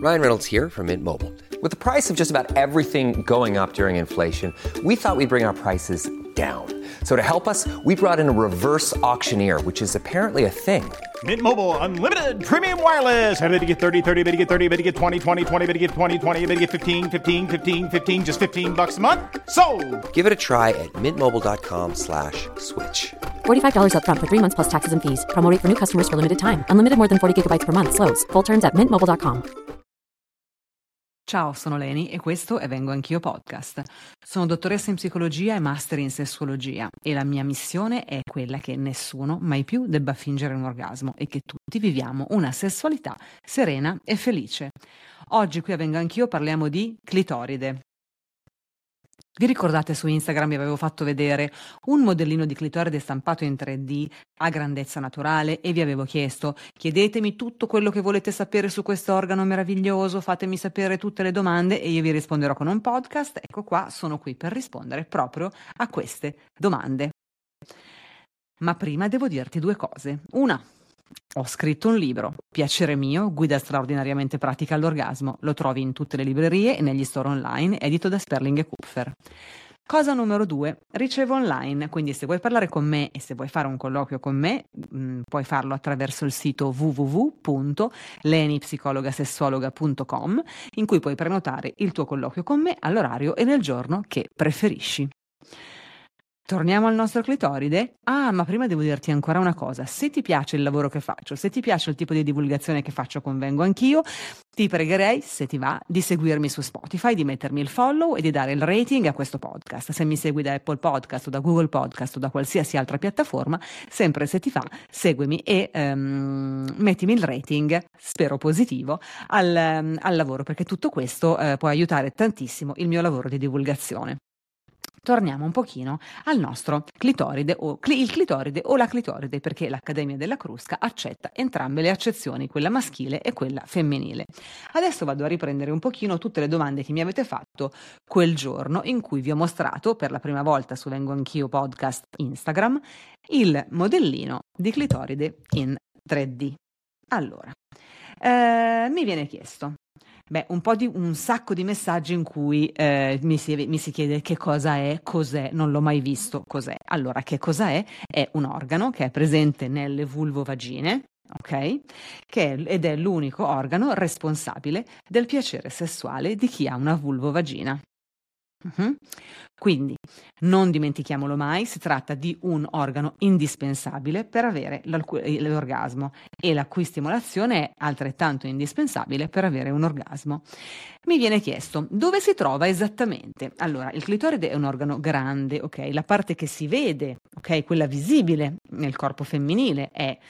Ryan Reynolds here from Mint Mobile. With the price of just about everything going up during inflation, we thought we'd bring our prices down. So to help us, we brought in a reverse auctioneer, which is apparently a thing. Mint Mobile Unlimited Premium Wireless. How to get 30, 30, bit to get 30, bit to get 20, 20, 20, bit to get 20, 20, bit to get 15, 15, 15, 15, just $15 a month? Sold! Give it a try at mintmobile.com/switch. $45 up front for 3 months plus taxes and fees. Promo rate for new customers for limited time. Unlimited more than 40 gigabytes per month. Slows full terms at mintmobile.com. Ciao, sono Leni e questo è Vengo Anch'io Podcast. Sono dottoressa in psicologia e master in sessuologia e la mia missione è quella che nessuno mai più debba fingere un orgasmo e che tutti viviamo una sessualità serena e felice. Oggi qui a Vengo Anch'io parliamo di clitoride. Vi ricordate su Instagram vi avevo fatto vedere un modellino di clitoride stampato in 3D a grandezza naturale e vi avevo chiesto: chiedetemi tutto quello che volete sapere su questo organo meraviglioso, fatemi sapere tutte le domande e io vi risponderò con un podcast. Ecco qua, sono qui per rispondere proprio a queste domande. Ma prima devo dirti due cose. Una: ho scritto un libro, Piacere mio, guida straordinariamente pratica all'orgasmo. Lo trovi in tutte le librerie e negli store online, edito da Sperling e Kupfer. Cosa numero 2, ricevo online, quindi se vuoi parlare con me e se vuoi fare un colloquio con me, puoi farlo attraverso il sito www.lenipsicologasessuologa.com, in cui puoi prenotare il tuo colloquio con me all'orario e nel giorno che preferisci. Torniamo al nostro clitoride? Ma prima devo dirti ancora una cosa. Se ti piace il lavoro che faccio, se ti piace il tipo di divulgazione che faccio con Vengo Anch'io, ti pregherei, se ti va, di seguirmi su Spotify, di mettermi il follow e di dare il rating a questo podcast. Se mi segui da Apple Podcast o da Google Podcast o da qualsiasi altra piattaforma, sempre se ti fa, seguimi e mettimi il rating, spero positivo, al lavoro, perché tutto questo può aiutare tantissimo il mio lavoro di divulgazione. Torniamo un pochino al nostro clitoride o il clitoride o la clitoride, perché l'Accademia della Crusca accetta entrambe le accezioni, quella maschile e quella femminile. Adesso vado a riprendere un pochino tutte le domande che mi avete fatto quel giorno in cui vi ho mostrato per la prima volta su Vengo Anch'io Podcast Instagram il modellino di clitoride in 3D. Allora, mi viene chiesto un sacco di messaggi in cui mi si chiede che cosa è, cos'è, non l'ho mai visto, cos'è. Allora, che cosa è? È un organo che è presente nelle vulvovagine, ok? Ed è l'unico organo responsabile del piacere sessuale di chi ha una vulvovagina. Quindi non dimentichiamolo mai, si tratta di un organo indispensabile per avere l'orgasmo e la cui stimolazione è altrettanto indispensabile per avere un orgasmo. Mi viene chiesto dove si trova esattamente. Allora, il clitoride è un organo grande, ok? La parte che si vede, ok, quella visibile nel corpo femminile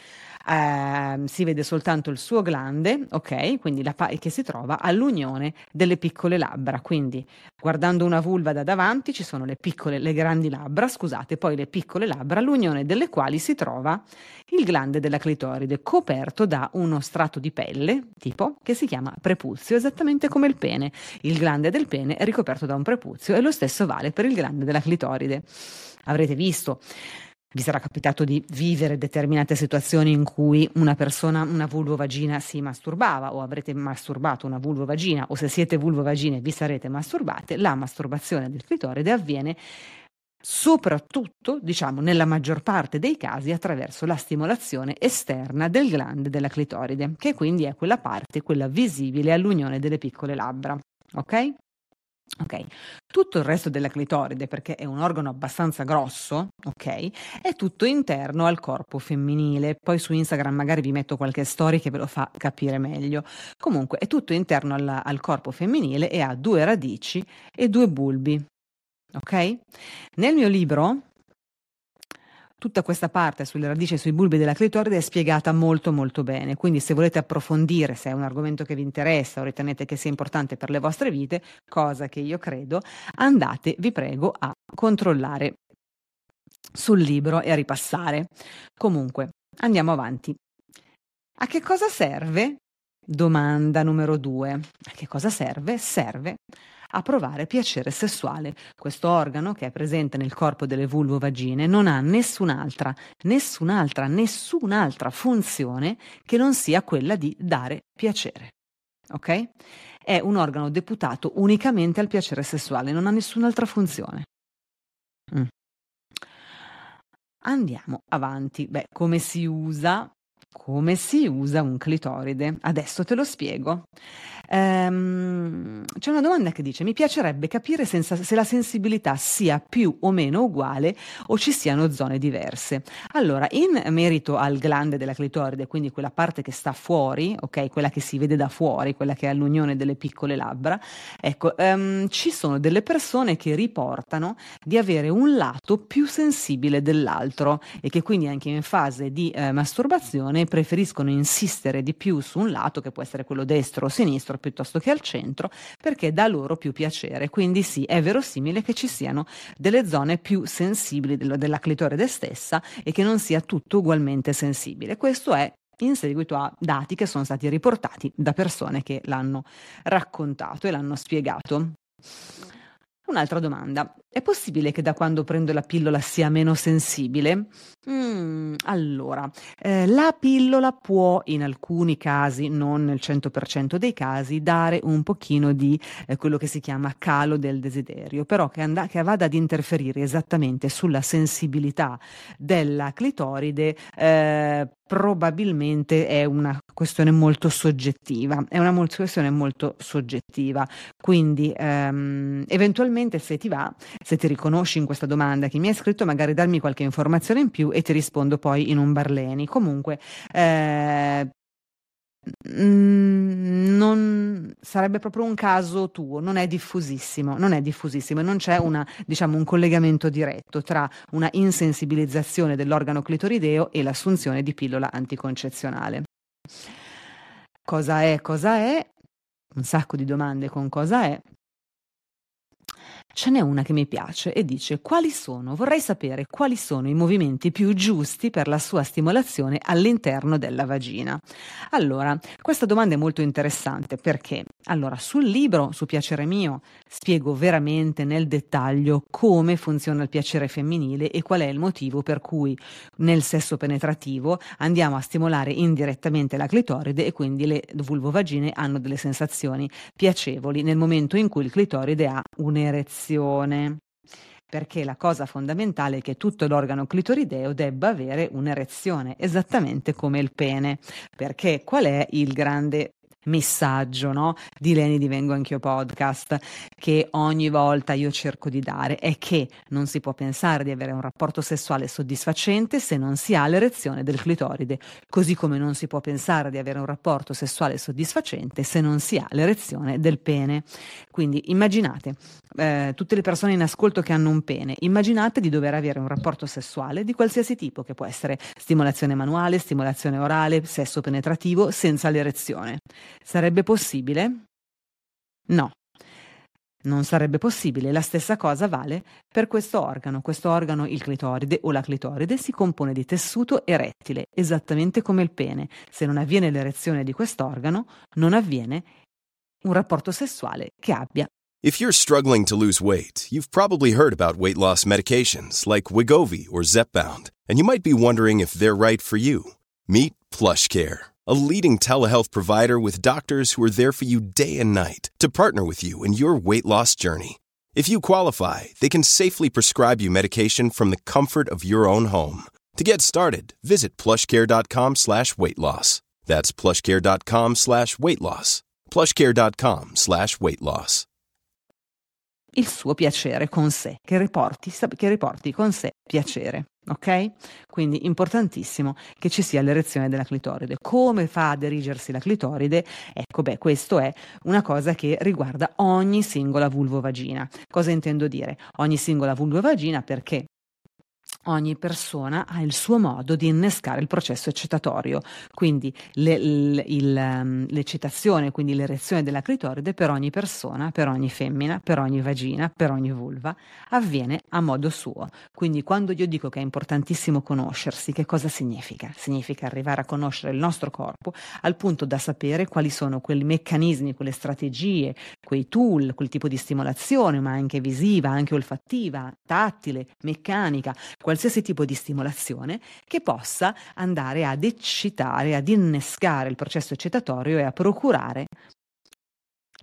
si vede soltanto il suo glande, ok? Quindi che si trova all'unione delle piccole labbra. Quindi guardando una vulva da davanti ci sono le grandi labbra, poi le piccole labbra, all'unione delle quali si trova il glande della clitoride, coperto da uno strato di pelle, tipo, che si chiama prepuzio, esattamente come il pene. Il glande del pene è ricoperto da un prepuzio e lo stesso vale per il glande della clitoride. Avrete visto, vi sarà capitato di vivere determinate situazioni in cui una vulvovagina si masturbava, o avrete masturbato una vulvovagina, o se siete vulvovagine vi sarete masturbate. La masturbazione del clitoride avviene soprattutto, diciamo, nella maggior parte dei casi attraverso la stimolazione esterna del glande della clitoride, che quindi è quella parte, quella visibile all'unione delle piccole labbra, ok? Ok, tutto il resto della clitoride, perché è un organo abbastanza grosso, ok, è tutto interno al corpo femminile. Poi su Instagram magari vi metto qualche story che ve lo fa capire meglio. Comunque è tutto interno al corpo femminile e ha 2 radici e 2 bulbi, ok? Nel mio libro tutta questa parte sulle radici e sui bulbi della clitoride è spiegata molto molto bene, quindi se volete approfondire, se è un argomento che vi interessa o ritenete che sia importante per le vostre vite, cosa che io credo, andate, vi prego, a controllare sul libro e a ripassare. Comunque, andiamo avanti. A che cosa serve? Domanda numero 2. A che cosa serve? Serve a provare piacere sessuale. Questo organo, che è presente nel corpo delle vulvovagine, non ha nessun'altra funzione che non sia quella di dare piacere. ok? È un organo deputato unicamente al piacere sessuale, non ha nessun'altra funzione. Andiamo avanti. Beh, come si usa un clitoride? Adesso te lo spiego. C'è una domanda che dice: mi piacerebbe capire se la sensibilità sia più o meno uguale o ci siano zone diverse. Allora, in merito al glande della clitoride, quindi quella parte che sta fuori, ok, quella che si vede da fuori, quella che è all'unione delle piccole labbra, ecco, ci sono delle persone che riportano di avere un lato più sensibile dell'altro e che quindi anche in fase di masturbazione preferiscono insistere di più su un lato, che può essere quello destro o sinistro, piuttosto che al centro, perché dà loro più piacere. Quindi sì, è verosimile che ci siano delle zone più sensibili della clitoride stessa e che non sia tutto ugualmente sensibile. Questo è in seguito a dati che sono stati riportati da persone che l'hanno raccontato e l'hanno spiegato. Un'altra domanda: è possibile che da quando prendo la pillola sia meno sensibile? Allora, la pillola può in alcuni casi, non nel 100% dei casi, dare un pochino di quello che si chiama calo del desiderio, però che vada ad interferire esattamente sulla sensibilità della clitoride, probabilmente è una questione molto soggettiva, quindi eventualmente se ti va, se ti riconosci in questa domanda che mi hai scritto, magari darmi qualche informazione in più e ti rispondo poi in un Barleni. Comunque non sarebbe proprio un caso tuo, non è diffusissimo e non c'è un collegamento diretto tra una insensibilizzazione dell'organo clitorideo e l'assunzione di pillola anticoncezionale. Cosa è? Un sacco di domande con cosa è. Ce n'è una che mi piace e dice: vorrei sapere quali sono i movimenti più giusti per la sua stimolazione all'interno della vagina. Allora, questa domanda è molto interessante perché, allora, sul libro Su piacere mio spiego veramente nel dettaglio come funziona il piacere femminile e qual è il motivo per cui nel sesso penetrativo andiamo a stimolare indirettamente la clitoride e quindi le vulvovagine hanno delle sensazioni piacevoli nel momento in cui il clitoride ha un'erezione. Perché la cosa fondamentale è che tutto l'organo clitorideo debba avere un'erezione, esattamente come il pene. Perché qual è il grande messaggio, no, di Leni Divengo Anch'io podcast, che ogni volta io cerco di dare, è che non si può pensare di avere un rapporto sessuale soddisfacente se non si ha l'erezione del clitoride, così come non si può pensare di avere un rapporto sessuale soddisfacente se non si ha l'erezione del pene. Quindi immaginate, tutte le persone in ascolto che hanno un pene, immaginate di dover avere un rapporto sessuale di qualsiasi tipo, che può essere stimolazione manuale, stimolazione orale, sesso penetrativo, senza l'erezione. Sarebbe possibile? No, non sarebbe possibile. La stessa cosa vale per questo organo. Questo organo, il clitoride o la clitoride, si compone di tessuto erettile, esattamente come il pene. Se non avviene l'erezione di quest'organo, non avviene un rapporto sessuale che abbia. If you're struggling to lose weight, you've probably heard about weight loss medications like Wegovy or Zepbound, and you might be wondering if they're right for you. Meet PlushCare, a leading telehealth provider with doctors who are there for you day and night to partner with you in your weight loss journey. If you qualify, they can safely prescribe you medication from the comfort of your own home. To get started, visit plushcare.com/weightloss. That's plushcare.com/weightloss. plushcare.com/weightloss. Il suo piacere con sé, che riporti con sé piacere, ok? Quindi importantissimo che ci sia l'erezione della clitoride. Come fa ad erigersi la clitoride? Ecco, questo è una cosa che riguarda ogni singola vulvovagina. Cosa intendo dire? Ogni singola vulvovagina, perché ogni persona ha il suo modo di innescare il processo eccitatorio, quindi l'eccitazione, quindi l'erezione della clitoride per ogni persona, per ogni femmina, per ogni vagina, per ogni vulva, avviene a modo suo. Quindi quando io dico che è importantissimo conoscersi, che cosa significa? Significa arrivare a conoscere il nostro corpo al punto da sapere quali sono quei meccanismi, quelle strategie, quei tool, quel tipo di stimolazione, ma anche visiva, anche olfattiva, tattile, meccanica, qualsiasi tipo di stimolazione che possa andare ad eccitare, ad innescare il processo eccitatorio e a procurare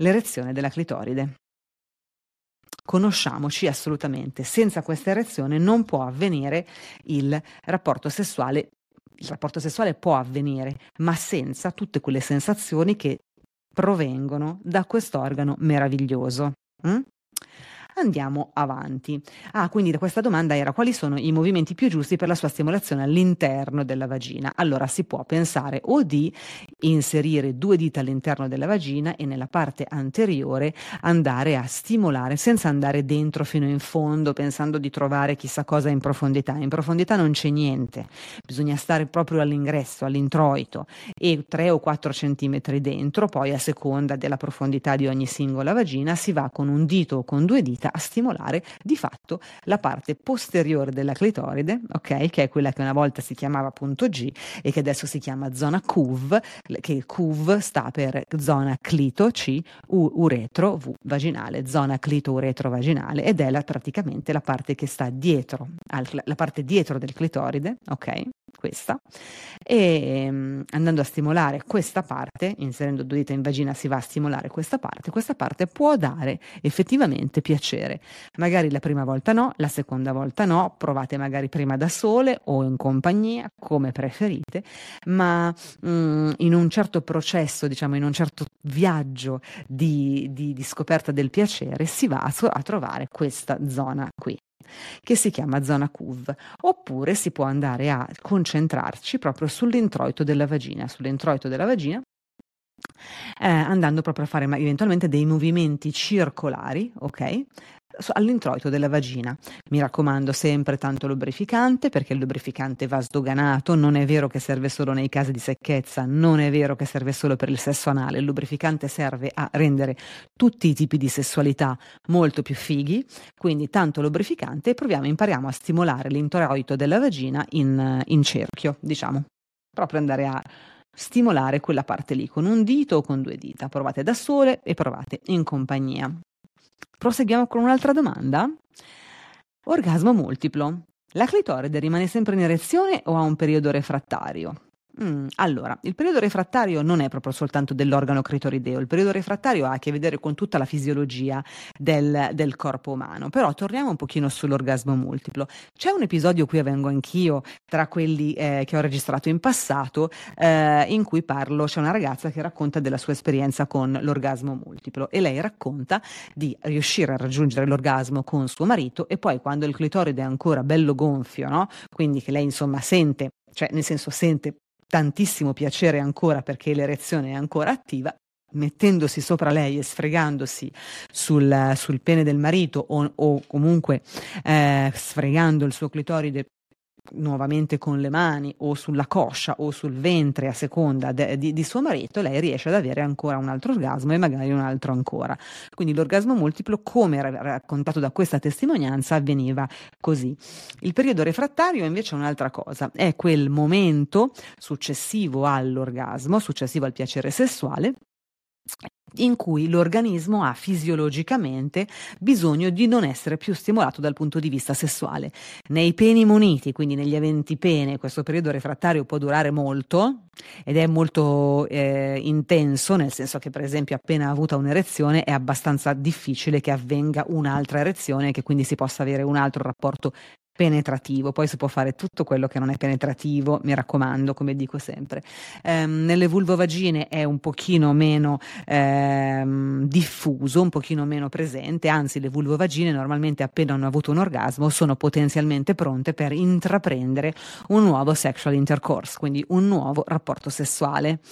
l'erezione della clitoride. Conosciamoci assolutamente, senza questa erezione non può avvenire il rapporto sessuale. Il rapporto sessuale può avvenire, ma senza tutte quelle sensazioni che provengono da quest'organo meraviglioso. Andiamo avanti. Quindi questa domanda era: quali sono i movimenti più giusti per la sua stimolazione all'interno della vagina? Allora si può pensare o di inserire 2 dita all'interno della vagina e nella parte anteriore andare a stimolare senza andare dentro fino in fondo pensando di trovare chissà cosa in profondità. In profondità non c'è niente, bisogna stare proprio all'ingresso, all'introito, e 3 o 4 centimetri dentro. Poi a seconda della profondità di ogni singola vagina si va con un dito o con 2 dita a stimolare di fatto la parte posteriore della clitoride, ok? Che è quella che una volta si chiamava punto G e che adesso si chiama zona CUV, che CUV sta per zona clito, C, uretro, V, vaginale, zona clito-uretro vaginale, ed è praticamente la parte che sta dietro, la parte dietro del clitoride, ok? Questa, e andando a stimolare questa parte, inserendo 2 dita in vagina si va a stimolare questa parte può dare effettivamente piacere. Magari la prima volta no, la seconda volta no, provate magari prima da sole o in compagnia, come preferite, ma in un certo processo, diciamo in un certo viaggio di scoperta del piacere si va a trovare questa zona qui, che si chiama zona CUV, oppure si può andare a concentrarci proprio sull'introito della vagina, andando proprio a fare eventualmente dei movimenti circolari, ok? All'introito della vagina. Mi raccomando sempre tanto lubrificante, perché il lubrificante va sdoganato. Non è vero che serve solo nei casi di secchezza, non è vero che serve solo per il sesso anale. Il lubrificante serve a rendere tutti i tipi di sessualità molto più fighi, quindi tanto lubrificante, e impariamo a stimolare l'introito della vagina in cerchio, diciamo, proprio andare a stimolare quella parte lì con un dito o con 2 dita. Provate da sole e provate in compagnia. Proseguiamo con un'altra domanda. Orgasmo multiplo. La clitoride rimane sempre in erezione o ha un periodo refrattario? Allora, il periodo refrattario non è proprio soltanto dell'organo clitorideo. Il periodo refrattario ha a che vedere con tutta la fisiologia del corpo umano. Però torniamo un pochino sull'orgasmo multiplo. C'è un episodio qui vengo anch'io tra quelli che ho registrato in passato, in cui c'è una ragazza che racconta della sua esperienza con l'orgasmo multiplo, e lei racconta di riuscire a raggiungere l'orgasmo con suo marito, e poi quando il clitoride è ancora bello gonfio, no? Quindi che lei insomma sente tantissimo piacere ancora perché l'erezione è ancora attiva, mettendosi sopra lei e sfregandosi sul pene del marito o comunque sfregando il suo clitoride nuovamente con le mani o sulla coscia o sul ventre a seconda di suo marito, lei riesce ad avere ancora un altro orgasmo e magari un altro ancora. Quindi l'orgasmo multiplo, come raccontato da questa testimonianza, avveniva così. Il periodo refrattario invece è un'altra cosa, è quel momento successivo all'orgasmo, successivo al piacere sessuale, in cui l'organismo ha fisiologicamente bisogno di non essere più stimolato dal punto di vista sessuale. Nei peni muniti, quindi negli aventi pene, questo periodo refrattario può durare molto ed è molto intenso, nel senso che per esempio appena avuta un'erezione è abbastanza difficile che avvenga un'altra erezione e che quindi si possa avere un altro rapporto penetrativo. Poi si può fare tutto quello che non è penetrativo, mi raccomando, come dico sempre. Nelle vulvovagine è un pochino meno diffuso, un pochino meno presente, anzi le vulvovagine normalmente appena hanno avuto un orgasmo sono potenzialmente pronte per intraprendere un nuovo sexual intercourse, quindi un nuovo rapporto sessuale.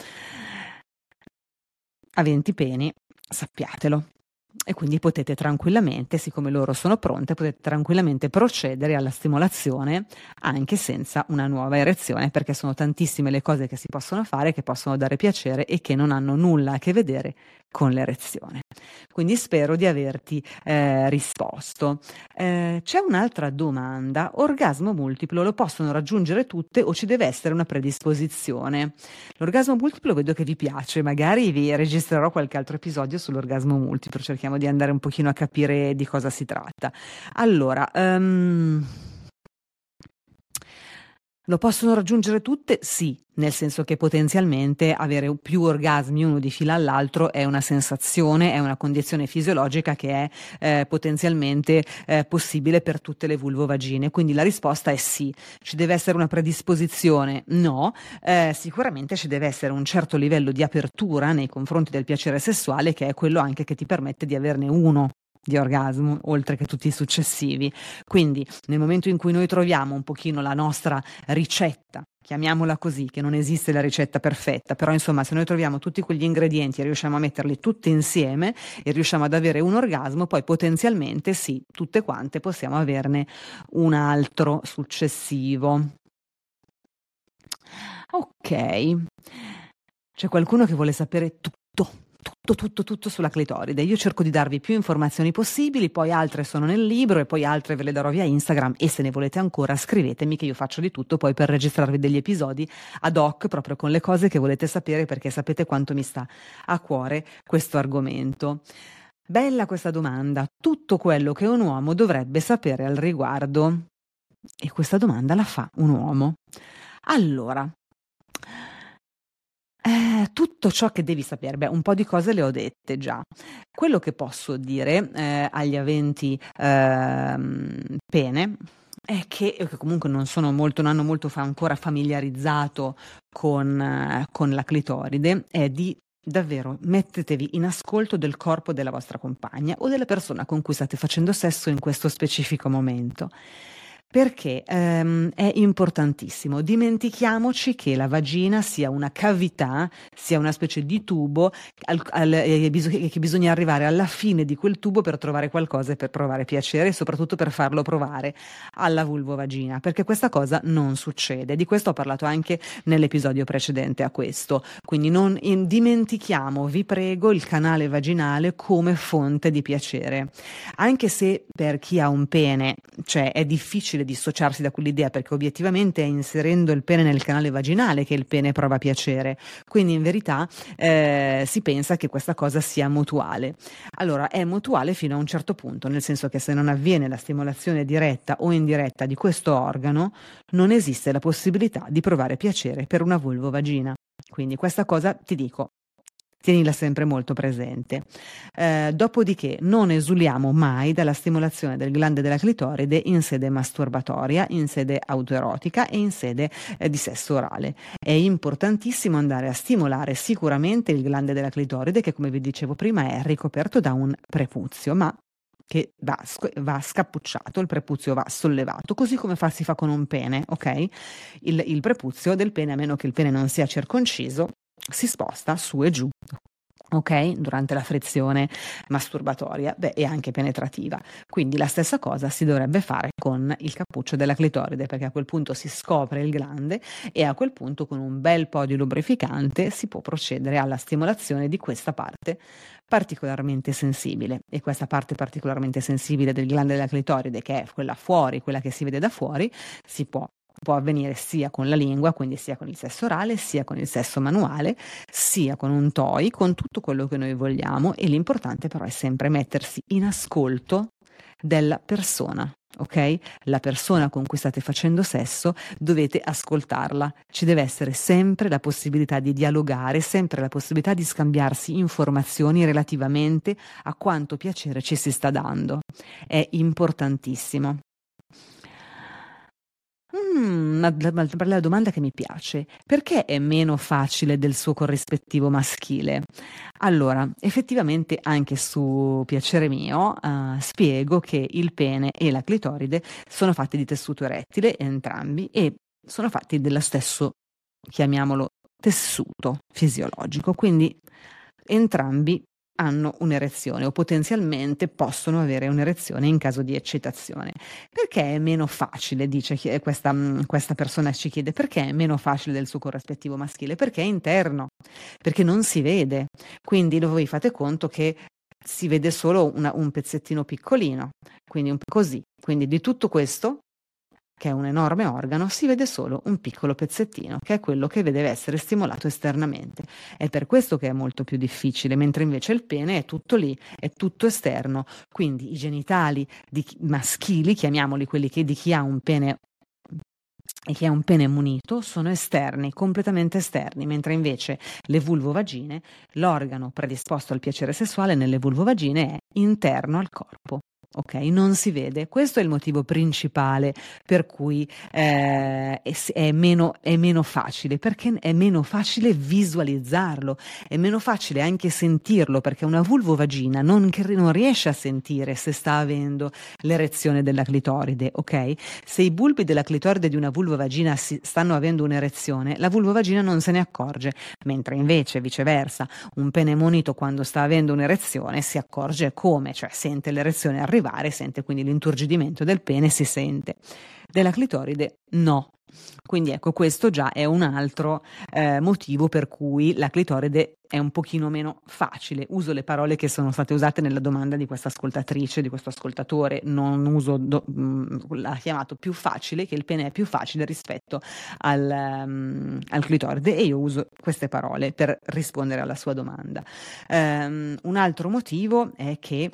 Aventi peni, sappiatelo. E quindi potete tranquillamente, siccome loro sono pronte, potete tranquillamente procedere alla stimolazione anche senza una nuova erezione, perché sono tantissime le cose che si possono fare, che possono dare piacere e che non hanno nulla a che vedere con l'erezione. Quindi spero di averti risposto. C'è un'altra domanda: orgasmo multiplo lo possono raggiungere tutte o ci deve essere una predisposizione? L'orgasmo multiplo vedo che vi piace, magari vi registrerò qualche altro episodio sull'orgasmo multiplo, cerchiamo di andare un pochino a capire di cosa si tratta. Allora, Lo possono raggiungere tutte? Sì, nel senso che potenzialmente avere più orgasmi uno di fila all'altro è una sensazione, è una condizione fisiologica che è potenzialmente possibile per tutte le vulvovagine. Quindi la risposta è sì. Ci deve essere una predisposizione? No. Sicuramente ci deve essere un certo livello di apertura nei confronti del piacere sessuale, che è quello anche che ti permette di averne uno di orgasmo, oltre che tutti i successivi. Quindi nel momento in cui noi troviamo un pochino la nostra ricetta, chiamiamola così, che non esiste la ricetta perfetta, però insomma se noi troviamo tutti quegli ingredienti e riusciamo a metterli tutti insieme e riusciamo ad avere un orgasmo, poi potenzialmente sì, tutte quante possiamo averne un altro successivo. Ok, c'è qualcuno che vuole sapere tutto sulla clitoride. Io cerco di darvi più informazioni possibili, poi altre sono nel libro e poi altre ve le darò via Instagram, e se ne volete ancora scrivetemi che io faccio di tutto poi per registrarvi degli episodi ad hoc proprio con le cose che volete sapere, perché sapete quanto mi sta a cuore questo argomento. Bella questa domanda, tutto quello che un uomo dovrebbe sapere al riguardo. E questa domanda la fa un uomo. Allora, tutto ciò che devi sapere, un po' di cose le ho dette già. Quello che posso dire agli aventi pene è che comunque non hanno molto ancora familiarizzato con la clitoride, è di davvero mettetevi in ascolto del corpo della vostra compagna o della persona con cui state facendo sesso in questo specifico momento. Perché è importantissimo. Dimentichiamoci che la vagina sia una cavità, sia una specie di tubo che bisogna arrivare alla fine di quel tubo per trovare qualcosa e per provare piacere, e soprattutto per farlo provare alla vulvovagina, perché questa cosa non succede. Di questo ho parlato anche nell'episodio precedente a questo. Quindi non dimentichiamo, vi prego, il canale vaginale come fonte di piacere. Anche se per chi ha un pene, cioè è difficile dissociarsi da quell'idea, perché obiettivamente è inserendo il pene nel canale vaginale che il pene prova piacere, quindi in verità si pensa che questa cosa sia mutuale. Allora è mutuale fino a un certo punto, nel senso che se non avviene la stimolazione diretta o indiretta di questo organo non esiste la possibilità di provare piacere per una vulvovagina. Quindi questa cosa ti dico, tienila sempre molto presente. Dopodiché non esuliamo mai dalla stimolazione del glande della clitoride in sede masturbatoria, in sede autoerotica e in sede di sesso orale. È importantissimo andare a stimolare sicuramente il glande della clitoride, che come vi dicevo prima è ricoperto da un prepuzio, ma che va scappucciato, il prepuzio va sollevato, così come si fa con un pene, ok? Il prepuzio del pene, a meno che il pene non sia circonciso, si sposta su e giù, ok? Durante la frizione masturbatoria e anche penetrativa. Quindi la stessa cosa si dovrebbe fare con il cappuccio della clitoride, perché a quel punto si scopre il glande e a quel punto con un bel po' di lubrificante si può procedere alla stimolazione di questa parte particolarmente sensibile. E questa parte particolarmente sensibile del glande della clitoride, che è quella fuori, quella che si vede da fuori, può avvenire sia con la lingua, quindi sia con il sesso orale, sia con il sesso manuale, sia con un toy, con tutto quello che noi vogliamo, e l'importante però è sempre mettersi in ascolto della persona, ok? La persona con cui state facendo sesso dovete ascoltarla, ci deve essere sempre la possibilità di dialogare, sempre la possibilità di scambiarsi informazioni relativamente a quanto piacere ci si sta dando, è importantissimo. Una bella domanda che mi piace. Perché è meno facile del suo corrispettivo maschile? Allora, effettivamente anche su Piacere Mio spiego che il pene e la clitoride sono fatti di tessuto erettile, entrambi, e sono fatti dello stesso, chiamiamolo, tessuto fisiologico, quindi entrambi hanno un'erezione o potenzialmente possono avere un'erezione in caso di eccitazione. Perché è meno facile, dice questa persona, ci chiede perché è meno facile del suo corrispettivo maschile? Perché è interno, perché non si vede, quindi voi fate conto che si vede solo un pezzettino piccolino, quindi così, quindi di tutto questo, che è un enorme organo, si vede solo un piccolo pezzettino, che è quello che deve essere stimolato esternamente. È per questo che è molto più difficile, mentre invece il pene è tutto lì, è tutto esterno. Quindi i genitali maschili, chiamiamoli quelli di chi ha un pene e che è un pene munito sono esterni, completamente esterni, mentre invece le vulvovagine, l'organo predisposto al piacere sessuale nelle vulvovagine è interno al corpo. Ok, non si vede. Questo è il motivo principale per cui è meno facile, perché è meno facile visualizzarlo, è meno facile anche sentirlo, perché una vulvovagina non riesce a sentire se sta avendo l'erezione della clitoride, ok? Se i bulbi della clitoride di una vulvovagina stanno avendo un'erezione, la vulvovagina non se ne accorge, mentre invece viceversa un pene munito quando sta avendo un'erezione si accorge come, cioè sente l'erezione arrivare, sente quindi l'inturgidimento del pene, si sente. Della clitoride no. Quindi ecco, questo già è un altro motivo per cui la clitoride è un pochino meno facile. Uso le parole che sono state usate nella domanda di questa ascoltatrice, di questo ascoltatore, non uso, l'ha chiamato più facile, che il pene è più facile rispetto al clitoride, e io uso queste parole per rispondere alla sua domanda. Un altro motivo è che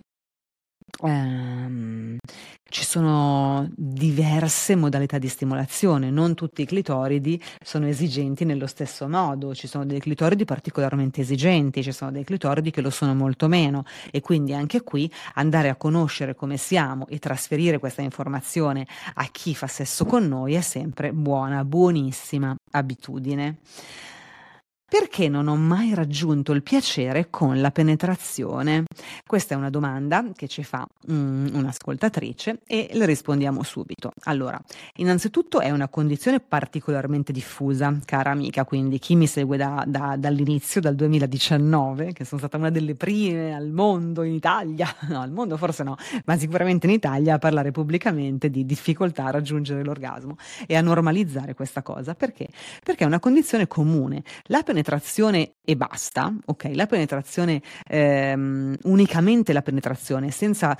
ci sono diverse modalità di stimolazione, non tutti i clitoridi sono esigenti nello stesso modo, ci sono dei clitoridi particolarmente esigenti, ci sono dei clitoridi che lo sono molto meno, e quindi anche qui andare a conoscere come siamo e trasferire questa informazione a chi fa sesso con noi è sempre buonissima abitudine. Perché non ho mai raggiunto il piacere con la penetrazione? Questa è una domanda che ci fa un'ascoltatrice e le rispondiamo subito. Allora, innanzitutto è una condizione particolarmente diffusa, cara amica, quindi chi mi segue dall'inizio, dal 2019, che sono stata una delle prime al mondo in Italia, no, al mondo forse no, ma sicuramente in Italia, a parlare pubblicamente di difficoltà a raggiungere l'orgasmo e a normalizzare questa cosa. Perché? Perché è una condizione comune. La penetrazione e basta, ok? La penetrazione, unicamente la penetrazione, senza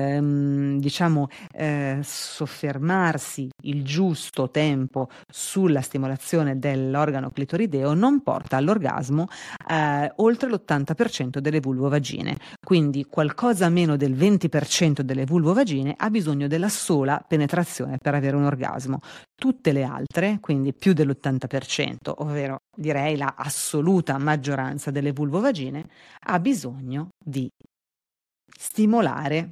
soffermarsi il giusto tempo sulla stimolazione dell'organo clitorideo, non porta all'orgasmo oltre l'80% delle vulvovagine. Quindi qualcosa meno del 20% delle vulvovagine ha bisogno della sola penetrazione per avere un orgasmo. Tutte le altre, quindi più dell'80%, ovvero direi la assoluta maggioranza delle vulvovagine, ha bisogno di stimolare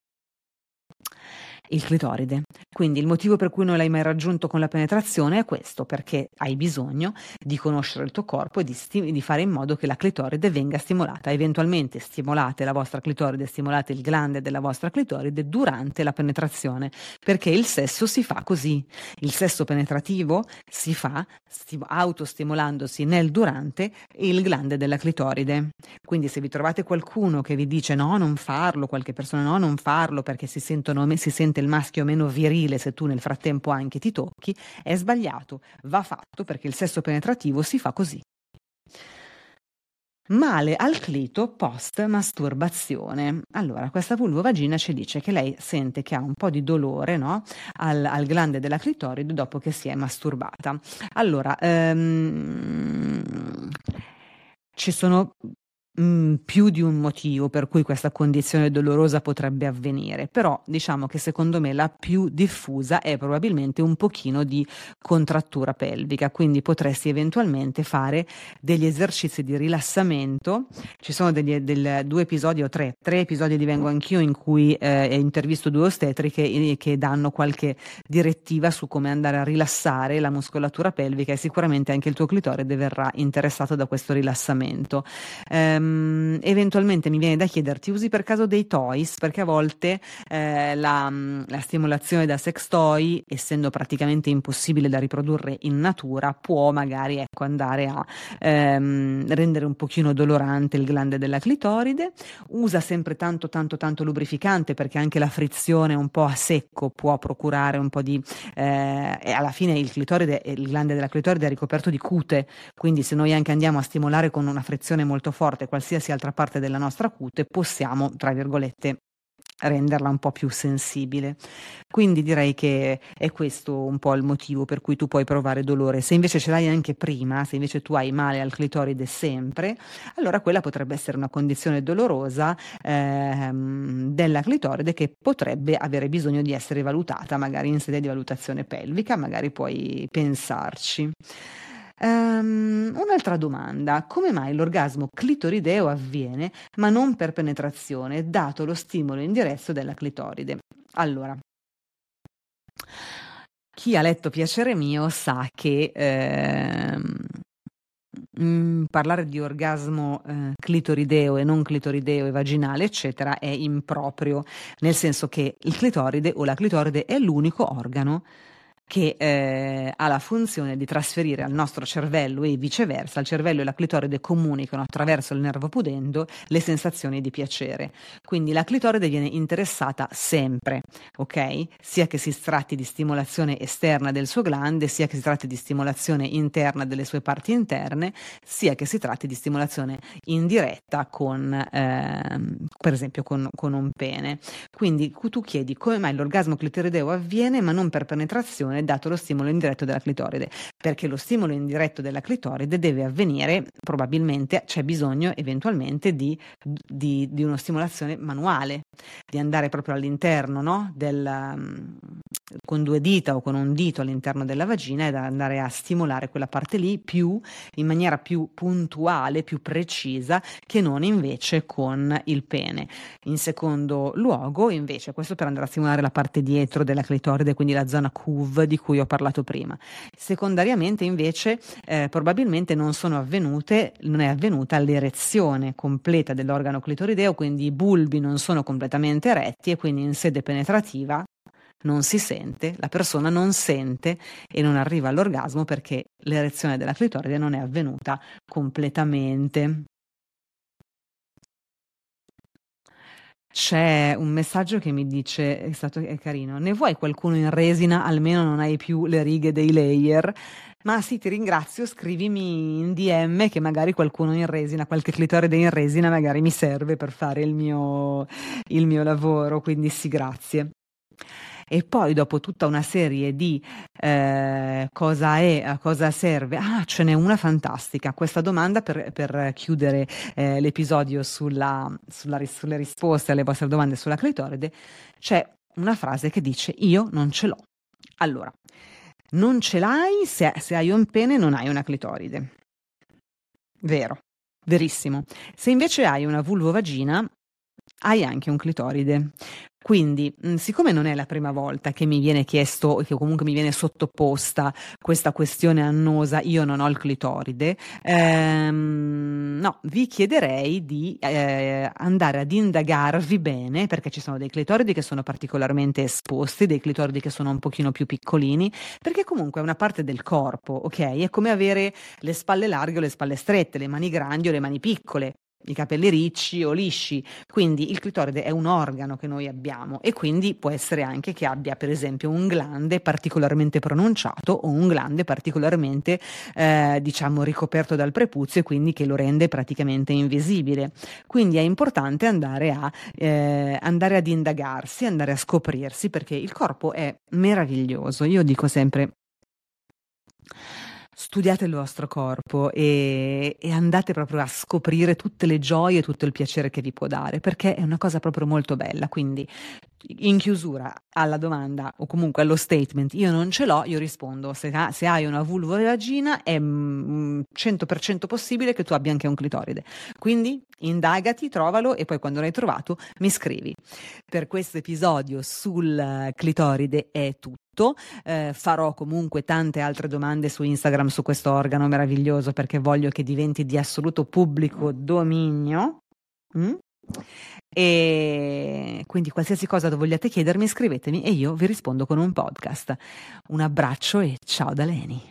il clitoride. Quindi il motivo per cui non l'hai mai raggiunto con la penetrazione è questo, perché hai bisogno di conoscere il tuo corpo e di fare in modo che la clitoride venga stimolata. Eventualmente stimolate la vostra clitoride, stimolate il glande della vostra clitoride durante la penetrazione, perché il sesso si fa così. Il sesso penetrativo si fa autostimolandosi nel durante il glande della clitoride. Quindi se vi trovate qualcuno che vi dice no, non farlo, qualche persona no, non farlo perché si sente il maschio meno virile se tu nel frattempo anche ti tocchi, è sbagliato, va fatto perché il sesso penetrativo si fa così. Male al clito post masturbazione. Allora, questa vulvovagina ci dice che lei sente che ha un po' di dolore, no? al glande della clitoride dopo che si è masturbata. Allora, ci sono più di un motivo per cui questa condizione dolorosa potrebbe avvenire, però diciamo che secondo me la più diffusa è probabilmente un pochino di contrattura pelvica, quindi potresti eventualmente fare degli esercizi di rilassamento. Ci sono due episodi o tre episodi di Vengo Anch'io in cui intervisto due ostetriche che danno qualche direttiva su come andare a rilassare la muscolatura pelvica, e sicuramente anche il tuo clitoride verrà interessato da questo rilassamento. Eventualmente mi viene da chiederti, usi per caso dei toys? Perché a volte la stimolazione da sex toy, essendo praticamente impossibile da riprodurre in natura, può magari andare a rendere un pochino dolorante il glande della clitoride. Usa sempre tanto lubrificante, perché anche la frizione un po' a secco può procurare un po' di e alla fine il glande della clitoride è ricoperto di cute, quindi se noi anche andiamo a stimolare con una frizione molto forte qualsiasi altra parte della nostra cute, possiamo, tra virgolette, renderla un po' più sensibile. Quindi direi che è questo un po' il motivo per cui tu puoi provare dolore. Se invece ce l'hai anche prima, se invece tu hai male al clitoride sempre, allora quella potrebbe essere una condizione dolorosa della clitoride che potrebbe avere bisogno di essere valutata, magari in sede di valutazione pelvica, magari puoi pensarci. Un'altra domanda: come mai l'orgasmo clitorideo avviene ma non per penetrazione, dato lo stimolo indiretto della clitoride? Allora, chi ha letto Piacere mio sa che parlare di orgasmo clitorideo e non clitorideo e vaginale eccetera è improprio, nel senso che il clitoride o la clitoride è l'unico organo che ha la funzione di trasferire al nostro cervello e viceversa. Il cervello e la clitoride comunicano attraverso il nervo pudendo le sensazioni di piacere. Quindi la clitoride viene interessata sempre, ok? Sia che si tratti di stimolazione esterna del suo glande, sia che si tratti di stimolazione interna delle sue parti interne, sia che si tratti di stimolazione indiretta con, per esempio, con un pene. Quindi tu chiedi come mai l'orgasmo clitorideo avviene ma non per penetrazione, dato lo stimolo indiretto della clitoride, perché lo stimolo indiretto della clitoride deve avvenire, probabilmente c'è bisogno eventualmente di una stimolazione manuale, di andare proprio all'interno, no? Con 2 dita o con un dito all'interno della vagina ed andare a stimolare quella parte lì in maniera più puntuale, più precisa, che non invece con il pene. In secondo luogo, invece, questo per andare a stimolare la parte dietro della clitoride, quindi la zona CUV di cui ho parlato prima. Secondariamente, invece, probabilmente non è avvenuta l'erezione completa dell'organo clitorideo, quindi i bulbi non sono completamente eretti e quindi in sede penetrativa non si sente, la persona non sente e non arriva all'orgasmo perché l'erezione della clitoride non è avvenuta completamente. C'è un messaggio che mi dice, è carino: ne vuoi qualcuno in resina, almeno non hai più le righe dei layer? Ma sì, ti ringrazio, scrivimi in DM che magari qualcuno in resina, qualche clitoride in resina magari mi serve per fare il mio lavoro, quindi sì, grazie. E poi dopo tutta una serie di cosa è, a cosa serve, ce n'è una fantastica. Questa domanda per chiudere l'episodio sulle risposte alle vostre domande sulla clitoride, c'è una frase che dice: io non ce l'ho. Allora, non ce l'hai se hai un pene, non hai una clitoride. Vero, verissimo. Se invece hai una vulvovagina, hai anche un clitoride. Quindi, siccome non è la prima volta che mi viene chiesto, che comunque mi viene sottoposta questa questione annosa, io non ho il clitoride, no, vi chiederei di andare ad indagarvi bene, perché ci sono dei clitoridi che sono particolarmente esposti, dei clitoridi che sono un pochino più piccolini, perché comunque è una parte del corpo, ok? È come avere le spalle larghe o le spalle strette, le mani grandi o le mani piccole, i capelli ricci o lisci. Quindi il clitoride è un organo che noi abbiamo e quindi può essere anche che abbia per esempio un glande particolarmente pronunciato o un glande particolarmente ricoperto dal prepuzio e quindi che lo rende praticamente invisibile. Quindi è importante andare ad indagarsi, andare a scoprirsi, perché il corpo è meraviglioso. Io dico sempre: studiate il vostro corpo e andate proprio a scoprire tutte le gioie e tutto il piacere che vi può dare, perché è una cosa proprio molto bella. Quindi, in chiusura alla domanda o comunque allo statement io non ce l'ho, io rispondo: se hai una vulvovagina è 100% possibile che tu abbia anche un clitoride. Quindi indagati, trovalo e poi quando l'hai trovato mi scrivi. Per questo episodio sul clitoride è tutto. Farò comunque tante altre domande su Instagram su questo organo meraviglioso, perché voglio che diventi di assoluto pubblico dominio. E quindi qualsiasi cosa vogliate chiedermi, scrivetemi e io vi rispondo con un podcast. Un abbraccio e ciao da Leni.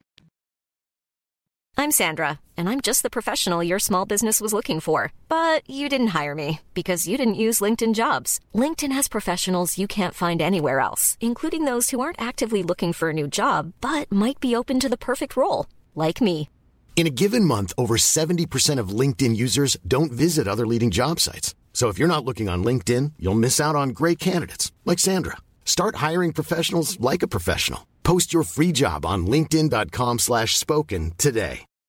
I'm Sandra, and I'm just the professional your small business was looking for. But you didn't hire me because you didn't use LinkedIn Jobs. LinkedIn has professionals you can't find anywhere else, including those who aren't actively looking for a new job, but might be open to the perfect role, like me. In a given month, over 70% of LinkedIn users don't visit other leading job sites. So if you're not looking on LinkedIn, you'll miss out on great candidates like Sandra. Start hiring professionals like a professional. Post your free job on linkedin.com/spoken today.